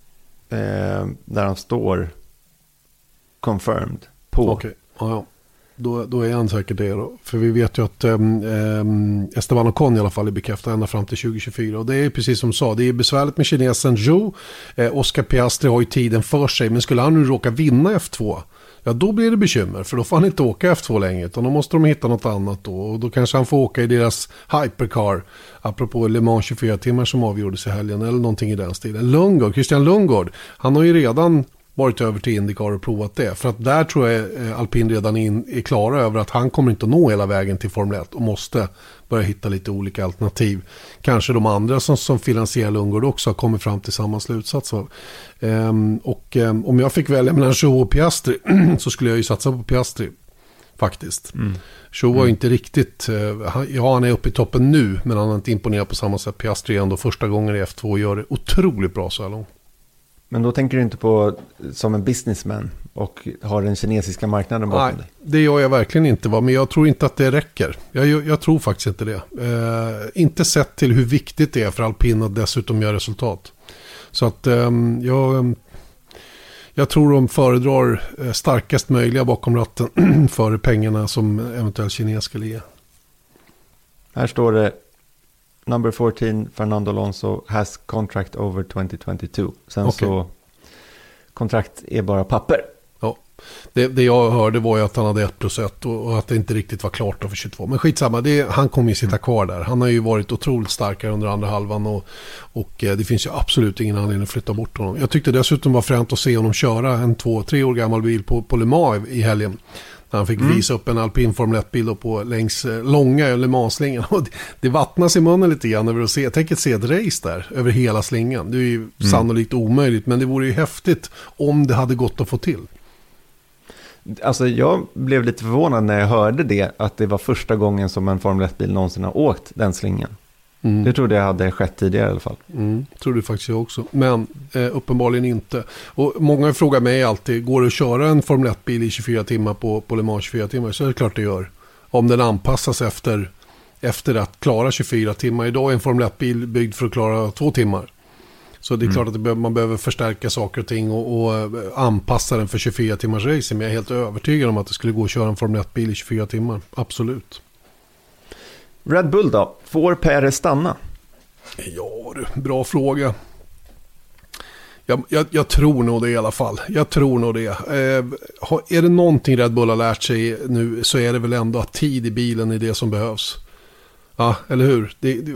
där han står confirmed på. Okej, ja. Då är han säkert det då. För vi vet ju att Esteban Ocon i alla fall är bekräftad ända fram till 2024. Och det är precis som sa, det är besvärligt med kinesen Zhou. Oscar Piastri har ju tiden för sig. Men skulle han nu råka vinna F2 ja då blir det bekymmer. För då får han inte åka F2 längre, utan då måste de hitta något annat då. Och då kanske han får åka i deras hypercar, apropå Le Mans 24 timmar som avgjordes i helgen, eller någonting i den stilen. Christian Lundgaard, han har ju redan varit över till IndyCar och provat det. För att där tror jag Alpin redan är klara över att han kommer inte att nå hela vägen till Formel 1 och måste börja hitta lite olika alternativ. Kanske de andra som finansierar Lundgaard också har kommit fram till samma slutsats. Om jag fick välja mellan Zhou och Piastri så skulle jag ju satsa på Piastri faktiskt. Zhou var ju inte riktigt, han är uppe i toppen nu, men han har inte imponerat på samma sätt. Piastri är ändå första gången i F2 och gör det otroligt bra så här långt. Men då tänker du inte på som en businessman och har den kinesiska marknaden bakom dig? Nej, det gör jag verkligen inte. Men jag tror inte att det räcker. Jag tror faktiskt inte det. Inte sett till hur viktigt det är för Alpin att dessutom göra resultat. Så att jag tror de föredrar starkast möjliga bakom ratten för pengarna som eventuellt kines skulle ge. Här står det: Number 14, Fernando Alonso has contract over 2022. Sen så, kontrakt är bara papper. Ja, det jag hörde var ju att han hade 1+1 och att det inte riktigt var klart för 22. Men skitsamma, han kommer ju sitta kvar där. Han har ju varit otroligt starkare under andra halvan och det finns ju absolut ingen anledning att flytta bort honom. Jag tyckte dessutom var fränt att se honom köra en 2-3 år gammal bil på Le Mans i helgen. När han fick visa upp en alpin Formel 1-bil på längs långa Le Mans-slingan. Det vattnas i munnen lite grann över att se. Jag tänker se ett race där över hela slingan. Det är ju sannolikt omöjligt, men det vore ju häftigt om det hade gått att få till. Alltså jag blev lite förvånad när jag hörde det, att det var första gången som en Formel 1-bil någonsin har åkt den slingan. Det trodde jag hade skett tidigare i alla fall. Tror det faktiskt jag också. Men uppenbarligen inte. Och många frågar mig alltid, går det att köra en Formel 1-bil i 24 timmar på Le Mans 24 timmar? Så är det klart det gör. Om den anpassas efter att klara 24 timmar. Idag är en Formel 1-bil byggd för att klara 2 timmar. Så det är klart att man behöver förstärka saker och ting och anpassa den för 24 timmars racing. Men jag är helt övertygad om att det skulle gå att köra en Formel 1-bil i 24 timmar. Absolut. Red Bull då? Får Perez stanna? Ja, bra fråga. Jag tror nog det i alla fall. Jag tror nog det. Är det någonting Red Bull har lärt sig nu så är det väl ändå att tid i bilen är det som behövs. Ja, eller hur?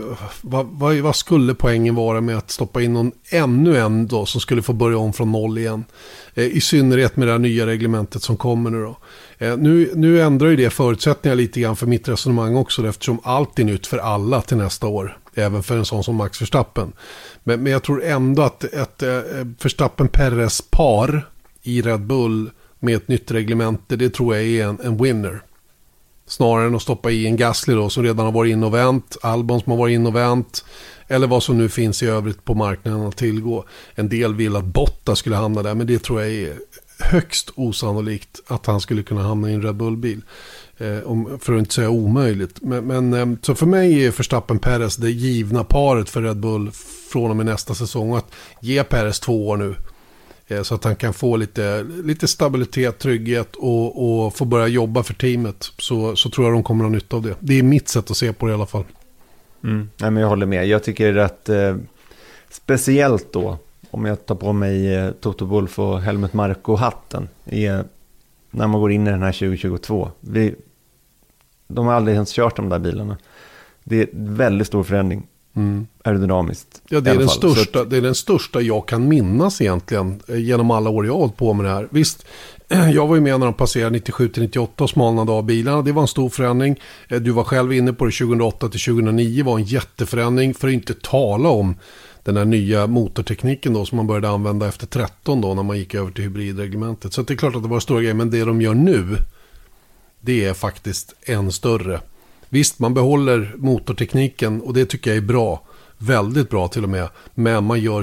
Vad skulle poängen vara med att stoppa in ännu en då som skulle få börja om från noll igen? I synnerhet med det här nya reglementet som kommer nu då. Nu ändrar ju det förutsättningar lite grann för mitt resonemang också, eftersom allt är nytt för alla till nästa år. Även för en sån som Max Verstappen. Men jag tror ändå att ett Verstappen-Perez-par i Red Bull med ett nytt reglement, det tror jag är en winner. Snarare än att stoppa i en Gasly då, som redan har varit in och vänt, Albon som har varit in och vänt, eller vad som nu finns i övrigt på marknaden att tillgå. En del vill att Bottas skulle hamna där, men det tror jag är högst osannolikt att han skulle kunna hamna i en Red Bull-bil. För att inte säga omöjligt. Men så för mig är Verstappen Perez det givna paret för Red Bull från och med nästa säsong. Att ge Perez 2 år nu. Så att han kan få lite stabilitet, trygghet och få börja jobba för teamet. Så tror jag de kommer att ha nytta av det. Det är mitt sätt att se på det i alla fall. Nej, men jag håller med. Jag tycker att speciellt då, om jag tar på mig Toto Wolff och Helmut Marko-hatten, när man går in i den här 2022. De har aldrig ens kört de där bilarna. Det är en väldigt stor förändring. Aerodynamiskt. Ja, det är den största jag kan minnas egentligen genom alla år jag har hållit på med det här. Visst, jag var ju med när de passerade 97-98 och smalnade av bilarna. Det var en stor förändring. Du var själv inne på det, 2008-2009 var en jätteförändring, för att inte tala om den här nya motortekniken då som man började använda efter 13 då när man gick över till hybridreglementet. Så det är klart att det var stora grejer, men det de gör nu, det är faktiskt än större. Visst, man behåller motortekniken och det tycker jag är bra. Väldigt bra till och med. Men man gör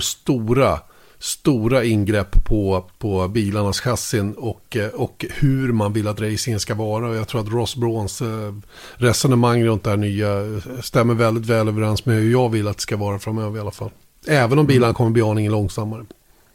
stora ingrepp på bilarnas chassin och hur man vill att racingen ska vara. Och jag tror att Ross Brauns resonemang runt det här nya stämmer väldigt väl överens med hur jag vill att det ska vara framöver i alla fall. Även om bilarna kommer bli aningen långsammare.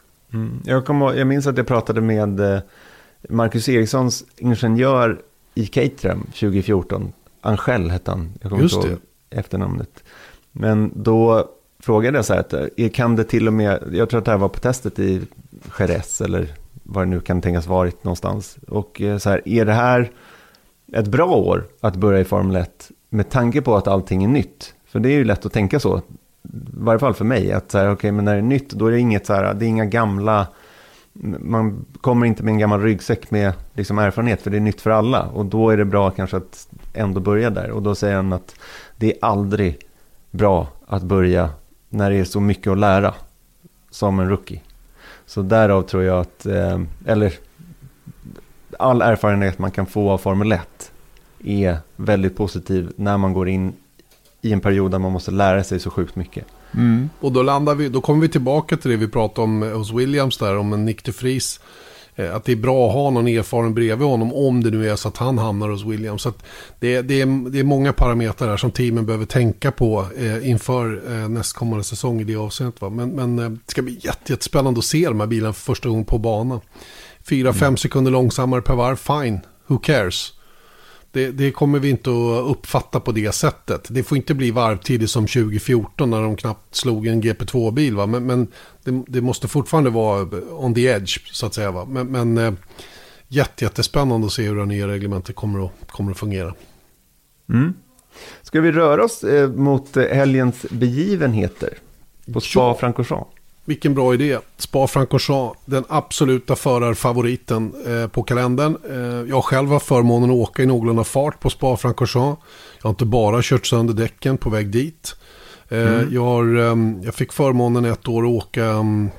Jag minns att jag pratade med Marcus Erikssons ingenjör i Caterham 2014. Angel hette han. Jag kommer inte ihåg efternamnet. Men då frågade jag så här, kan det till och med, jag tror att det här var på testet i Jerez eller vad det nu kan tänkas varit någonstans. Och så här, är det här ett bra år att börja i Formel 1 med tanke på att allting är nytt? För det är ju lätt att tänka så, i varje fall för mig, att så här, okej, men när det är nytt, då är det inget så här, det är inga gamla, man kommer inte med en gammal ryggsäck med liksom erfarenhet, för det är nytt för alla, och då är det bra kanske att ändå börja där. Och då säger han att det är aldrig bra att börja när det är så mycket att lära som en rookie. Så därav tror jag att eller all erfarenhet man kan få av Formel 1 är väldigt positiv när man går in i en period där man måste lära sig så sjukt mycket. Och då kommer vi tillbaka till det vi pratade om hos Williams där, om en Nick de Vries. Att det är bra att ha någon erfaren bredvid honom om det nu är så att han hamnar hos Williams. Så att det är många parametrar där som teamen behöver tänka på inför nästkommande säsong i det avseendet. Va? Men det ska bli jättespännande att se de här bilarna för första gången på banan. 4-5 sekunder långsammare per varv, fine, who cares? Det kommer vi inte att uppfatta på det sättet. Det får inte bli varvtidigt som 2014 när de knappt slog en GP2-bil. Va? Men det måste fortfarande vara on the edge så att säga. Va? Men jättespännande att se hur det nya reglementet kommer att fungera. Ska vi röra oss mot helgens begivenheter på Spa-Francorchamps? Vilken bra idé. Spa-Francorchamps, den absoluta förarfavoriten på kalendern. Jag själv har förmånen att åka i någorlunda fart på Spa-Francorchamps. Jag har inte bara kört sönder däcken på väg dit. Jag fick förmånen ett år att åka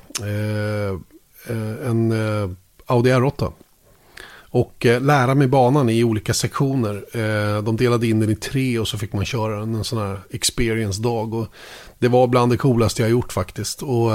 en Audi R8. Och lära mig banan i olika sektioner. De delade in den i 3 och så fick man köra en sån här experience-dag. Och det var bland det coolaste jag gjort faktiskt. Och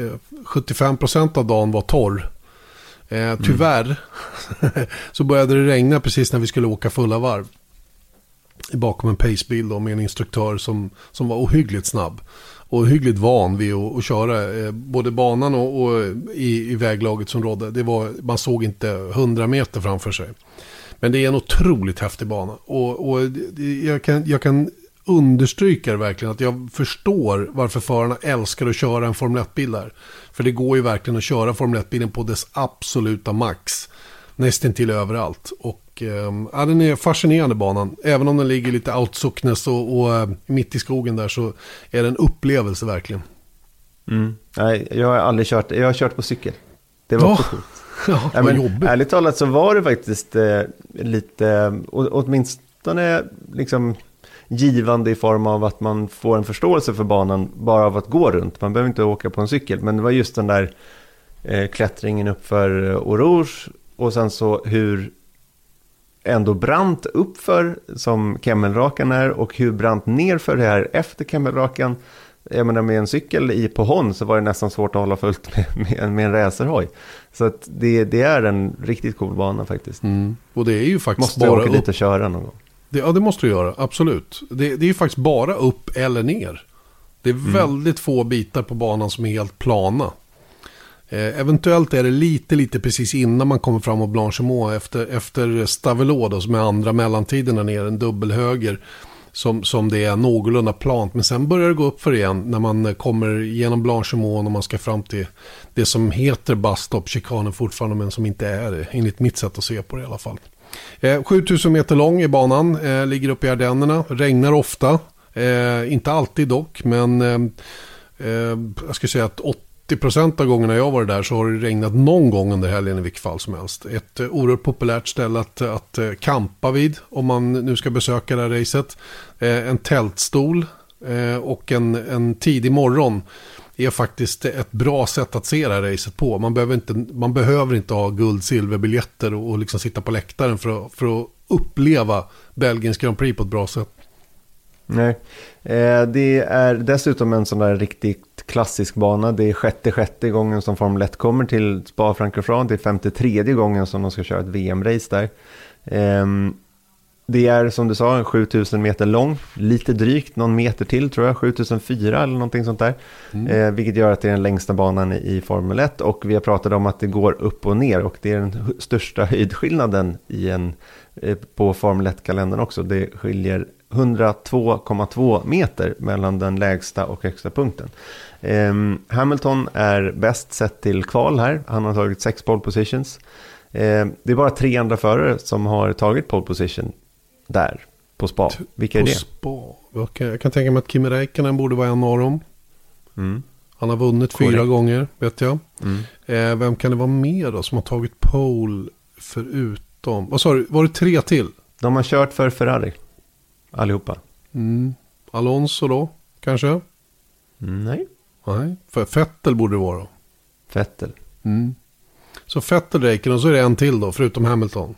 75% av dagen var torr. Tyvärr så började det regna precis när vi skulle åka fulla varv. Bakom en pacebil då, med en instruktör som var ohyggligt snabb. Och ohyggligt van vid att köra både banan och i väglaget som rådde. Man såg inte 100 meter framför sig. Men det är en otroligt häftig bana. Och jag kan understryka det verkligen att jag förstår varför förarna älskar att köra en Formel 1-bil där. För det går ju verkligen att köra Formel 1-bilen på dess absoluta max. Nästan till överallt. Och den är fascinerande banan. Även om den ligger lite outsockness och mitt i skogen där, så är det en upplevelse verkligen. Nej, jag har aldrig kört. Jag har kört på cykel. Det var också coolt. Ja, det var jobbigt. Ärligt talat så var det faktiskt lite, åtminstone liksom givande i form av att man får en förståelse för banan bara av att gå runt. Man behöver inte åka på en cykel. Men det var just den där klättringen upp för Eau Rouge, och sen så hur ändå brant uppför som Kemmelrakan är, och hur brant nerför det här efter Kemmelrakan. Jag menar, med en cykel på Hon så var det nästan svårt att hålla fullt med en racerhoj. Så att det är en riktigt cool bana faktiskt. Och det är ju faktiskt måste bara åka dit och köra någon gång. Det måste du göra, absolut. Det är ju faktiskt bara upp eller ner. Det är väldigt få bitar på banan som är helt plana. Eventuellt är det lite precis innan man kommer fram och Blanchimont efter Stavelot, som är andra mellantiden där nere, en dubbelhöger som det är någorlunda plant. Men sen börjar det gå upp för igen när man kommer genom Blanchimont och man ska fram till det som heter Bastop-chikanen fortfarande, men som inte är det, enligt mitt sätt att se på det i alla fall. 7000 meter lång i banan, ligger uppe i Ardennerna, regnar ofta, inte alltid dock, men jag skulle säga att 80% av gångerna jag var där så har det regnat någon gång under helgen i vilket fall som helst. Ett oerhört populärt ställe att campa vid om man nu ska besöka det här racet. En tältstol och en tidig morgon är faktiskt ett bra sätt att se det här racet på. Man behöver inte ha guld-silverbiljetter och liksom sitta på läktaren för att uppleva Belgiens Grand Prix på ett bra sätt. Nej, det är dessutom en sån där riktigt klassisk bana. Det är sjätte gången som Formel 1 kommer till Spa-Francorchamps. Det är 53:e gången som de ska köra ett VM-race där. Det är, som du sa, 7000 meter lång. Lite drygt, någon meter till tror jag. 7004 eller någonting sånt där. Vilket gör att det är den längsta banan i Formel 1. Och vi har pratat om att det går upp och ner. Och det är den största höjdskillnaden på Formel 1-kalendern också. Det skiljer 102,2 meter mellan den lägsta och högsta punkten. Hamilton är bäst sett till kval här. Han har tagit 6 pole positions. Det är bara 3 andra förare som har tagit pole position där på Spa. Vilka är det? Spa. Jag kan tänka mig att Kimi Räikkönen borde vara en av dem. Han har vunnit 4 gånger, vet jag. Vem kan det vara mer då som har tagit pole förutom? Vad sa du? Var det 3 till? De har kört för Ferrari. Allihopa. Alonso då, kanske? Nej. För Vettel borde det vara då. Vettel. Så Vettel, Räikkönen, och så är det en till då, förutom Hamilton.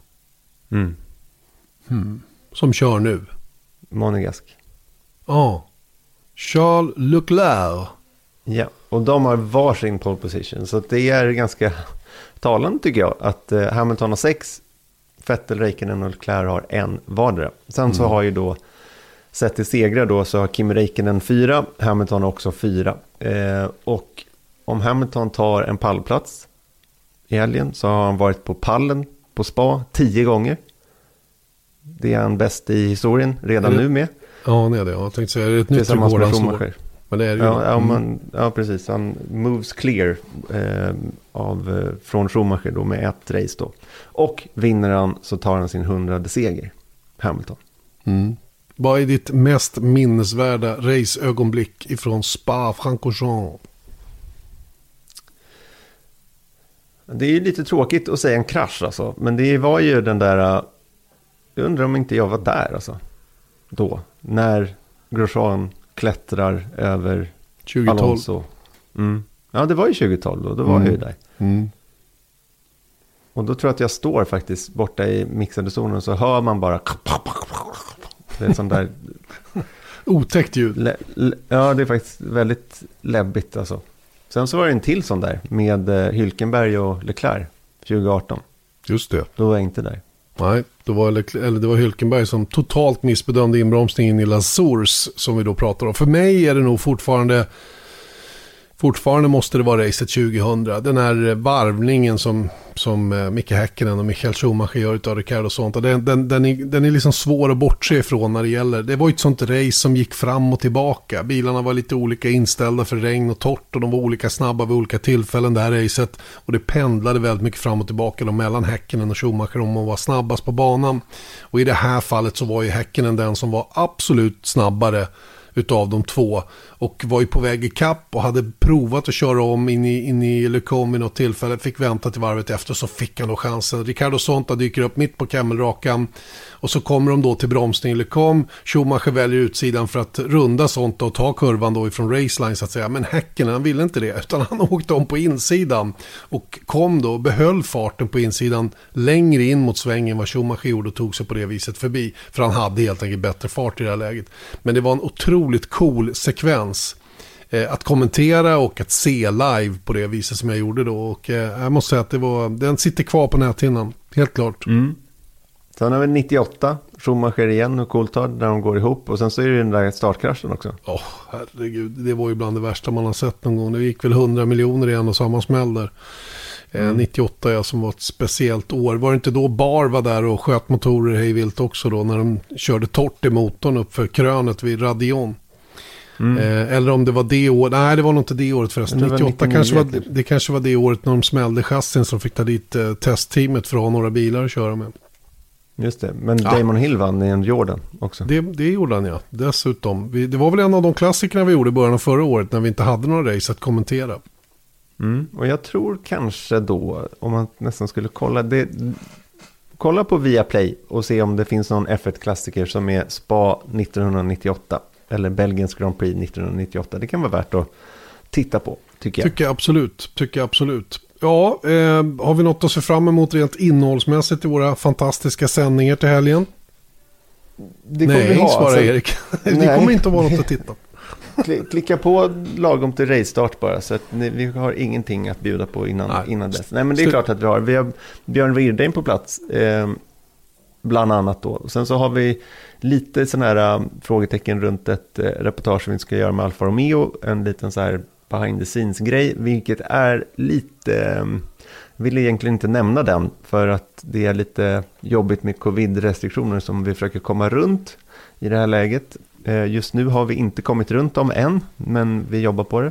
Som kör nu. Monegask. Ja. Charles Leclerc. Ja, och de har varsin pole position. Så det är ganska talande tycker jag. Att Hamilton har 6, Vettel, Räikkönen och Leclerc har 1 vardera. Sen så har ju då, sett till segrar då, så har Kimi Räikkönen 4, Hamilton också 4. Och om Hamilton tar en pallplats i helgen så har han varit på pallen på Spa 10 gånger. Det är han bäst i historien redan nu med. Ja, det är det. Jag tänkte säga, det är ett nytt rekord han slår. Men det är det ju. Ja, precis. Han moves clear från Schumacher då med 1 race då. Och vinner han så tar han sin 100:e seger, Hamilton. Vad är ditt mest minnesvärda raceögonblick ifrån Spa-Francorchamps? Det är ju lite tråkigt att säga en krasch alltså. Men det var ju den där... Jag undrar om inte jag var där alltså. Då. När Grosjean klättrar över 2012. Alonso. Ja, det var ju 2012 då. Då var jag ju där. Och då tror jag att jag står faktiskt borta i mixade zonen, så hör man bara... Det är sån där... Otäckt ljud. Ja, det är faktiskt väldigt läbbigt alltså. Sen så var det en till sån där med Hülkenberg och Leclerc 2018. Just det. Då var jag inte där. Nej, det var Hülkenberg som totalt missbedömde inbromsningen i La Source som vi då pratar om. För mig är det nog fortfarande måste det vara racet 2000. Den här varvningen som Micke Häkkinen och Michael Schumacher gör utav Ricardo och sånt. Den är liksom svår att bortse ifrån när det gäller. Det var ju ett sånt race som gick fram och tillbaka. Bilarna var lite olika inställda för regn och torrt och de var olika snabba vid olika tillfällen det här racet. Och det pendlade väldigt mycket fram och tillbaka mellan Häkkinen och Schumacher om man var snabbast på banan. Och i det här fallet så var ju Häkkinen den som var absolut snabbare utav de två och var ju på väg i kapp och hade provat att köra om in i Le Combe i något tillfälle, fick vänta till varvet efter, så fick han då chansen. Ricardo Sonta dyker upp mitt på Kemmelrakan och så kommer de då till bromsning i Le Combe. Schumacher väljer utsidan för att runda Sonta och ta kurvan då ifrån raceline så att säga, men Häkkinen han ville inte det utan han åkte om på insidan och kom då och behöll farten på insidan längre in mot svängen vad Schumacher gjorde och tog sig på det viset förbi, för han hade helt enkelt bättre fart i det här läget. Men det var en otroligt cool sekvens att kommentera och att se live på det viset som jag gjorde då, och jag måste säga att den sitter kvar på näthinnan, helt klart. Sen har vi 98, Schumacher igen och Coulthard där de går ihop, och sen så är det den där startkraschen också. Herregud, det var ju bland det värsta man har sett någon gång. Det gick väl 100 miljoner igen och samma smäll där. 98 som var ett speciellt år. Var det inte då Bar var där och sköt motorer hejvilt också då när de körde torrt i motorn upp för krönet vid Radion? Eller om det var det året. Nej, det var nog inte det året förresten. 98 kanske var det året när de smällde chassin som fick ta dit testteamet för att ha några bilar att köra med. Just det, men Damon Hill vann i en Jordan också. Det gjorde han, ja. Dessutom. Det var väl en av de klassikerna vi gjorde i början av förra året när vi inte hade några race att kommentera. Och jag tror kanske då, om man nästan skulle kolla på Viaplay och se om det finns någon F1-klassiker som är Spa 1998 eller Belgiens Grand Prix 1998. Det kan vara värt att titta på, tycker jag. Tycker jag absolut. Ja, har vi något att se fram emot rent innehållsmässigt i våra fantastiska sändningar till helgen? Nej, svarar Erik. Det kommer inte att vara något att titta på. Klicka på lagom till race-start bara, så att vi har ingenting att bjuda på innan dess. Nej, men det är klart att vi har Björn Wirdheim på plats, bland annat då. Sen så har vi lite sådana här frågetecken runt ett reportage vi ska göra med Alfa Romeo, en liten så här behind the scenes-grej, vilket är lite... Jag vill egentligen inte nämna den för att det är lite jobbigt med covid-restriktioner som vi försöker komma runt i det här läget. Just nu har vi inte kommit runt dem än, men vi jobbar på det.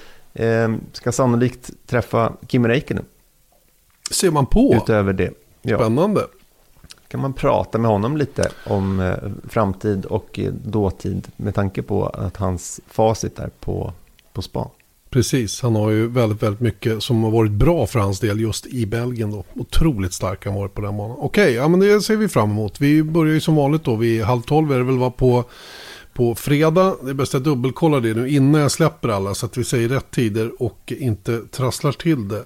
Ska sannolikt träffa Kimi Räikkönen. Ser man på? Utöver det. Ja. Spännande. Kan man prata med honom lite om framtid och dåtid med tanke på att hans facit är på Spa. Precis, han har ju väldigt, väldigt mycket som har varit bra för hans del just i Belgien då. Otroligt stark han varit på den banan. Okej, ja men det ser vi fram emot. Vi börjar ju som vanligt då vid 11:30 är det väl på fredag. Det är bäst att dubbelkolla det nu innan jag släpper alla så att vi säger rätt tider och inte trasslar till det.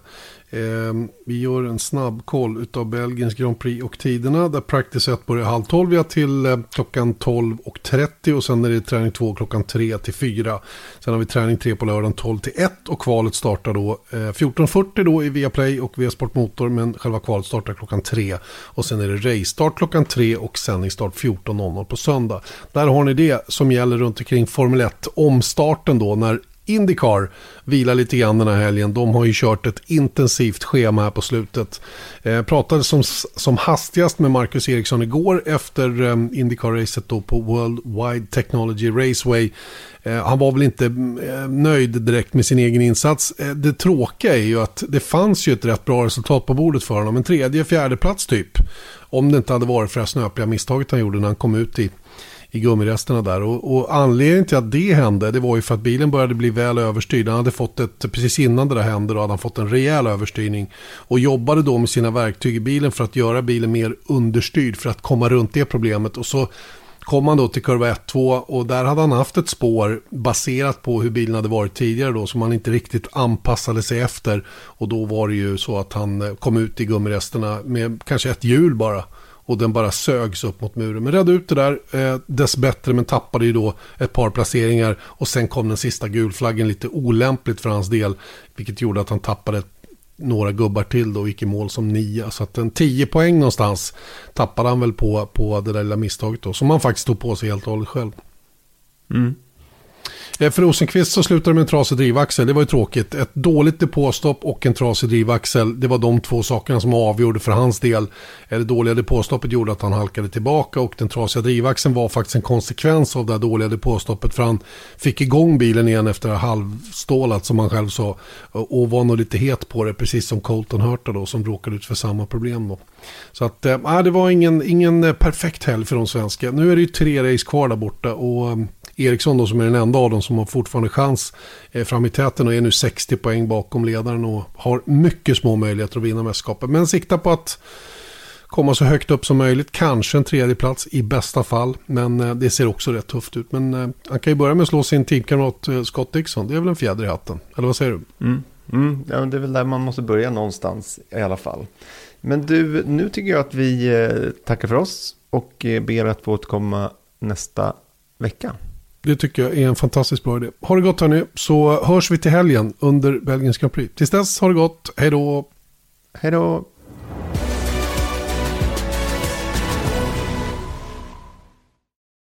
Vi gör en snabb koll utav Belgiens Grand Prix och tiderna där Practice 1 börjar 11:30 till klockan 12:30 och sen är det träning 2 klockan 3 till 4. Sen har vi träning 3 på lördagen 12 till 1 och kvalet startar då 14:40 då i Viaplay och Viasport Motor, men själva kvalet startar klockan 3 och sen är det race-start klockan 3 och sändningsstart 14:00 på söndag. Där har ni det som gäller runt omkring Formel 1 omstarten då när IndyCar vilar lite grann den här helgen. De har ju kört ett intensivt schema här på slutet. Pratade som hastigast med Marcus Eriksson igår efter IndyCar-racet då på World Wide Technology Raceway. Han var väl inte nöjd direkt med sin egen insats. Det tråkiga är ju att det fanns ju ett rätt bra resultat på bordet för honom. En 3:e, 4:e plats typ. Om det inte hade varit för det snöpliga misstaget han gjorde när han kom ut i gummiresterna där. Och anledningen till att det hände, det var ju för att bilen började bli väl överstyrd. Han hade fått precis innan det där hände då hade han fått en rejäl överstyrning och jobbade då med sina verktyg i bilen för att göra bilen mer understyrd för att komma runt det problemet. Och så kom han då till kurva 1-2 och där hade han haft ett spår baserat på hur bilen hade varit tidigare då som han inte riktigt anpassade sig efter, och då var det ju så att han kom ut i gummiresterna med kanske ett hjul bara. Och den bara sögs upp mot muren. Men räddade ut det där dess bättre, men tappade ju då ett par placeringar. Och sen kom den sista gulflaggen lite olämpligt för hans del. Vilket gjorde att han tappade några gubbar till då och gick i mål som 9. Så att en 10 poäng någonstans tappade han väl på det där lilla misstaget då. Som han faktiskt tog på sig helt och hållet själv. Mm. För Rosenqvist så slutade med en trasig drivaxel. Det var ju tråkigt. Ett dåligt depåstopp och en trasig drivaxel. Det var de två sakerna som avgjorde för hans del. Det dåliga depåstoppet gjorde att han halkade tillbaka och den trasiga drivaxeln var faktiskt en konsekvens av det dåliga depåstoppet, för han fick igång bilen igen efter halvstålat som han själv sa och var nog lite het på det, precis som Colton Herta då som råkade ut för samma problem då. Så att det var ingen perfekt helg för de svenska. Nu är det ju 3 race kvar där borta och Eriksson då som är den enda av dem som har fortfarande chans fram i täten och är nu 60 poäng bakom ledaren och har mycket små möjligheter att vinna mästerskapet. Men siktar på att komma så högt upp som möjligt. Kanske en 3:e plats i bästa fall. Men det ser också rätt tufft ut. Men han kan ju börja med att slå sin teamkamrat Scott Dixon. Det är väl en fjäder i hatten. Eller vad säger du? Ja, det är väl där man måste börja någonstans i alla fall. Men du, nu tycker jag att vi tackar för oss och ber att få återkomma nästa vecka. Det tycker jag är en fantastiskt bra idé. Ha det gott här nu, så hörs vi till helgen under Belgiens Grand Prix. Tills dess, ha det gott. Hej då! Hej då!